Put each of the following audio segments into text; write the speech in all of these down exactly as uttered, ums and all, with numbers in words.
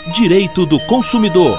Direito do Consumidor.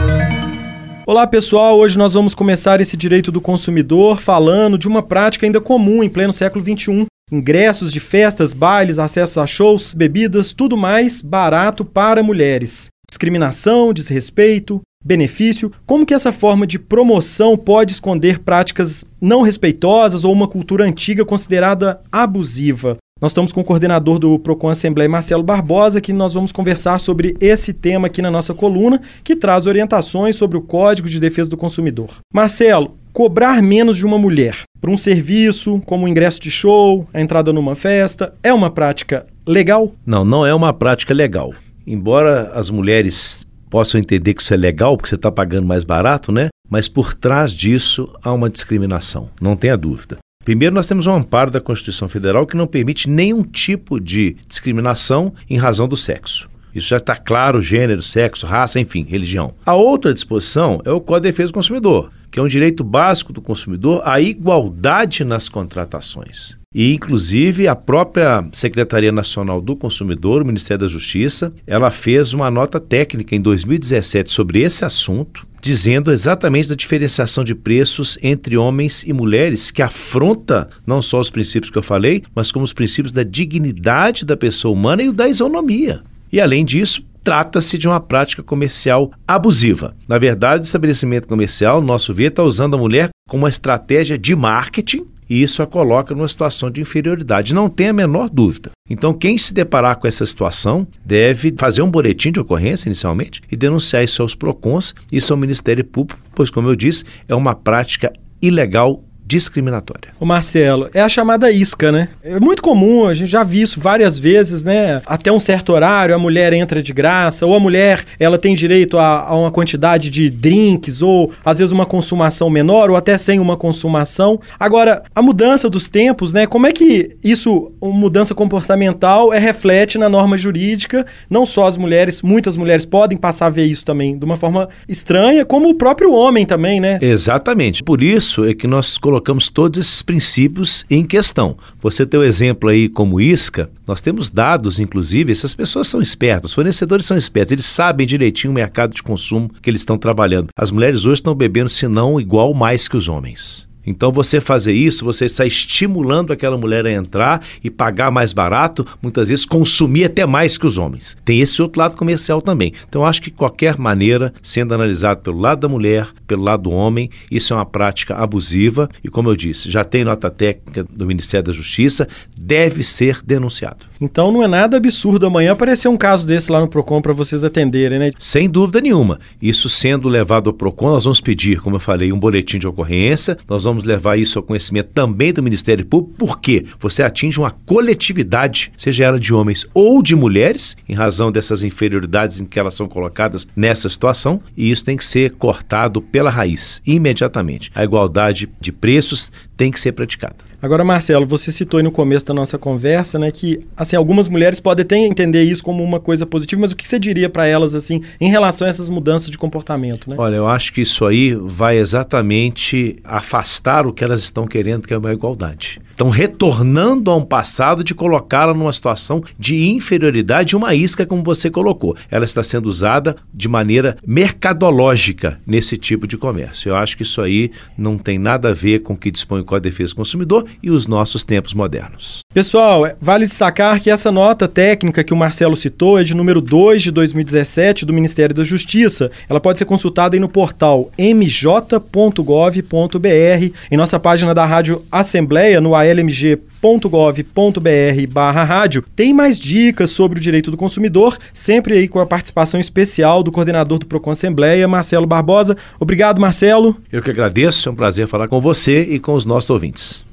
Olá pessoal, hoje nós vamos começar esse Direito do Consumidor falando de uma prática ainda comum em pleno século vinte e um. Ingressos de festas, bailes, acesso a shows, bebidas, tudo mais barato para mulheres. Discriminação, desrespeito, benefício. Como que essa forma de promoção pode esconder práticas não respeitosas ou uma cultura antiga considerada abusiva? Nós estamos com o coordenador do Procon Assembleia, Marcelo Barbosa, que nós vamos conversar sobre esse tema aqui na nossa coluna, que traz orientações sobre o Código de Defesa do Consumidor. Marcelo, cobrar menos de uma mulher por um serviço, como o ingresso de show, a entrada numa festa, é uma prática legal? Não, não é uma prática legal. Embora as mulheres possam entender que isso é legal, porque você está pagando mais barato, né? Mas por trás disso há uma discriminação, não tenha dúvida. Primeiro, nós temos um amparo da Constituição Federal que não permite nenhum tipo de discriminação em razão do sexo. Isso já está claro, gênero, sexo, raça, enfim, religião. A outra disposição é o Código de Defesa do Consumidor, que é um direito básico do consumidor à igualdade nas contratações. E, inclusive, a própria Secretaria Nacional do Consumidor, o Ministério da Justiça, ela fez uma nota técnica em dois mil e dezessete sobre esse assunto, dizendo exatamente da diferenciação de preços entre homens e mulheres, que afronta não só os princípios que eu falei, mas como os princípios da dignidade da pessoa humana e o da isonomia. E, além disso, trata-se de uma prática comercial abusiva. Na verdade, o estabelecimento comercial, no nosso ver, está usando a mulher como uma estratégia de marketing e isso a coloca numa situação de inferioridade. Não tem a menor dúvida. Então, quem se deparar com essa situação deve fazer um boletim de ocorrência inicialmente e denunciar isso aos PROCONs, isso ao Ministério Público, pois, como eu disse, é uma prática ilegal discriminatória. Ô Marcelo, é a chamada isca, né? É muito comum, a gente já viu isso várias vezes, né? Até um certo horário a mulher entra de graça, ou a mulher ela tem direito a, a uma quantidade de drinks, ou às vezes uma consumação menor, ou até sem uma consumação. Agora, a mudança dos tempos, né? Como é que isso, uma mudança comportamental, é, reflete na norma jurídica? Não só as mulheres, muitas mulheres podem passar a ver isso também de uma forma estranha, como o próprio homem também, né? Exatamente. Por isso é que nós colocamos colocamos todos esses princípios em questão. Você tem o exemplo aí como isca, nós temos dados, inclusive, essas pessoas são espertas, os fornecedores são espertos, eles sabem direitinho o mercado de consumo que eles estão trabalhando. As mulheres hoje estão bebendo, se não igual mais que os homens. Então, você fazer isso, você está estimulando aquela mulher a entrar e pagar mais barato, muitas vezes consumir até mais que os homens. Tem esse outro lado comercial também. Então, eu acho que de qualquer maneira, sendo analisado pelo lado da mulher, pelo lado do homem, isso é uma prática abusiva e, como eu disse, já tem nota técnica do Ministério da Justiça, deve ser denunciado. Então, não é nada absurdo amanhã aparecer um caso desse lá no Procon para vocês atenderem, né? Sem dúvida nenhuma. Isso sendo levado ao Procon, nós vamos pedir, como eu falei, um boletim de ocorrência, nós vamos levar isso ao conhecimento também do Ministério Público, porque você atinge uma coletividade, seja ela de homens ou de mulheres, em razão dessas inferioridades em que elas são colocadas nessa situação, e isso tem que ser cortado pela raiz, imediatamente. A igualdade de preços tem que ser praticada. Agora, Marcelo, você citou aí no começo da nossa conversa, né, que assim, algumas mulheres podem até entender isso como uma coisa positiva, mas o que você diria para elas assim, em relação a essas mudanças de comportamento, né? Olha, eu acho que isso aí vai exatamente afastar o que elas estão querendo, que é uma igualdade. Estão retornando a um passado de colocá-la numa situação de inferioridade, uma isca, como você colocou. Ela está sendo usada de maneira mercadológica nesse tipo de comércio. Eu acho que isso aí não tem nada a ver com o que dispõe o Código de Defesa do Consumidor e os nossos tempos modernos. Pessoal, vale destacar que essa nota técnica que o Marcelo citou é de número dois de dois mil e dezessete do Ministério da Justiça. Ela pode ser consultada aí no portal m j ponto gov ponto b r, em nossa página da Rádio Assembleia, no a l m g ponto gov ponto b r barra rádio. Tem mais dicas sobre o direito do consumidor, sempre aí com a participação especial do coordenador do Procon Assembleia, Marcelo Barbosa. Obrigado, Marcelo. Eu que agradeço, é um prazer falar com você e com os nossos ouvintes.